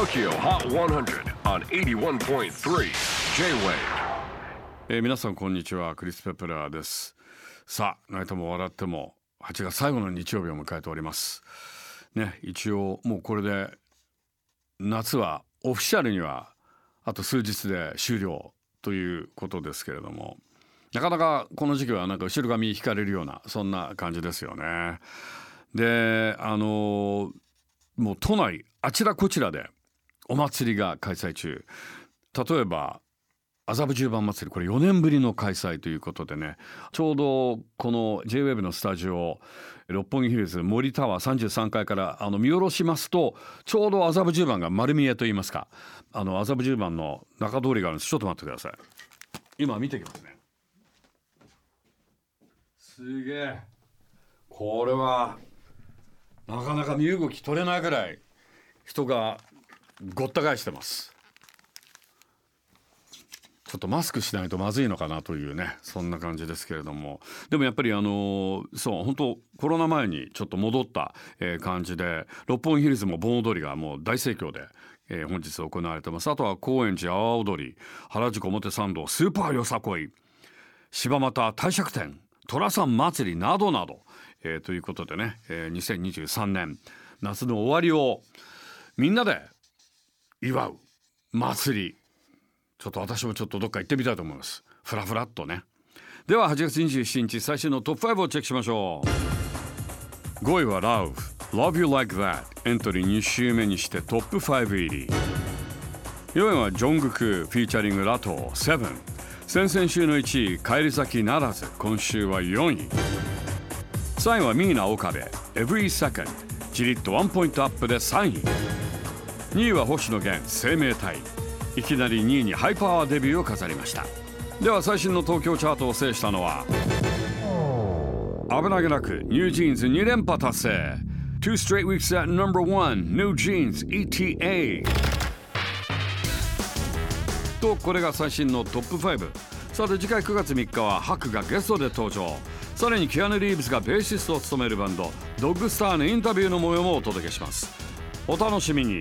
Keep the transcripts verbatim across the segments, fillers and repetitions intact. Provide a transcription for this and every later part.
Tokyo Hot ハンドレッド on エイティワンポイントスリー J-Wave、 えー、皆さんこんにちは、クリス・ペプラーです。さあ、泣いても笑ってもはちがつ最後の日曜日を迎えておりますね。一応もうこれで夏はオフィシャルにはあと数日で終了ということですけれども、なかなかこの時期はなんか後ろ髪引かれるようなそんな感じですよね。で、あのもう都内あちらこちらでお祭りが開催中。例えば麻布十番祭り、これよねんぶりの開催ということでね、ちょうどこの J-ウェーブ のスタジオ六本木ヒルズ森タワーさんじゅうさんかいからあの見下ろしますと、ちょうど麻布十番が丸見えといいますか、あの麻布十番の中通りがあるんです。ちょっと待ってください。今見てきますね。すげえ、これはなかなか身動き取れないぐらい人がごった返してます。ちょっとマスクしないとまずいのかなというね、そんな感じですけれども、でもやっぱりあのそう本当コロナ前にちょっと戻った、えー、感じで、六本木ヒルズも盆踊りがもう大盛況で、えー、本日行われてます。あとは高円寺阿波踊り、原宿表参道スーパーよさこい、柴又帝釈天、寅さん祭りなどなど、えー、ということでね、えー、にせんにじゅうさんねん夏の終わりをみんなで祝う祭り、ちょっと私もちょっとどっか行ってみたいと思います。フラフラっとね。でははちがつにじゅうしちにち最新のトップファイブをチェックしましょう。ごいは Love Love You Like That、 エントリーに週目にしてトップファイブ入り。よんいはジョングクフィーチャリングラトセブン、先々週のいちい返り咲きならず、今週はよんい。さんいはミーナ岡部 Every Second、 じりっとワンポイントアップでさんい。にいは星野源生命体、いきなりにいにハイパワーデビューを飾りました。では最新の東京チャートを制したのは、危なげなくニュージーンズに連覇達成、 Two straight weeks at number one New Jeans イーティーエー と、これが最新のトップファイブ。さて次回くがつみっかはハクがゲストで登場。さらにキアヌ・リーブスがベーシストを務めるバンドドッグスターのインタビューの模様もお届けします。お楽しみに。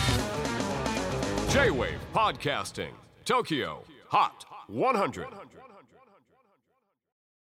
J-Wave Podcasting Tokyo Hot ハンドレッド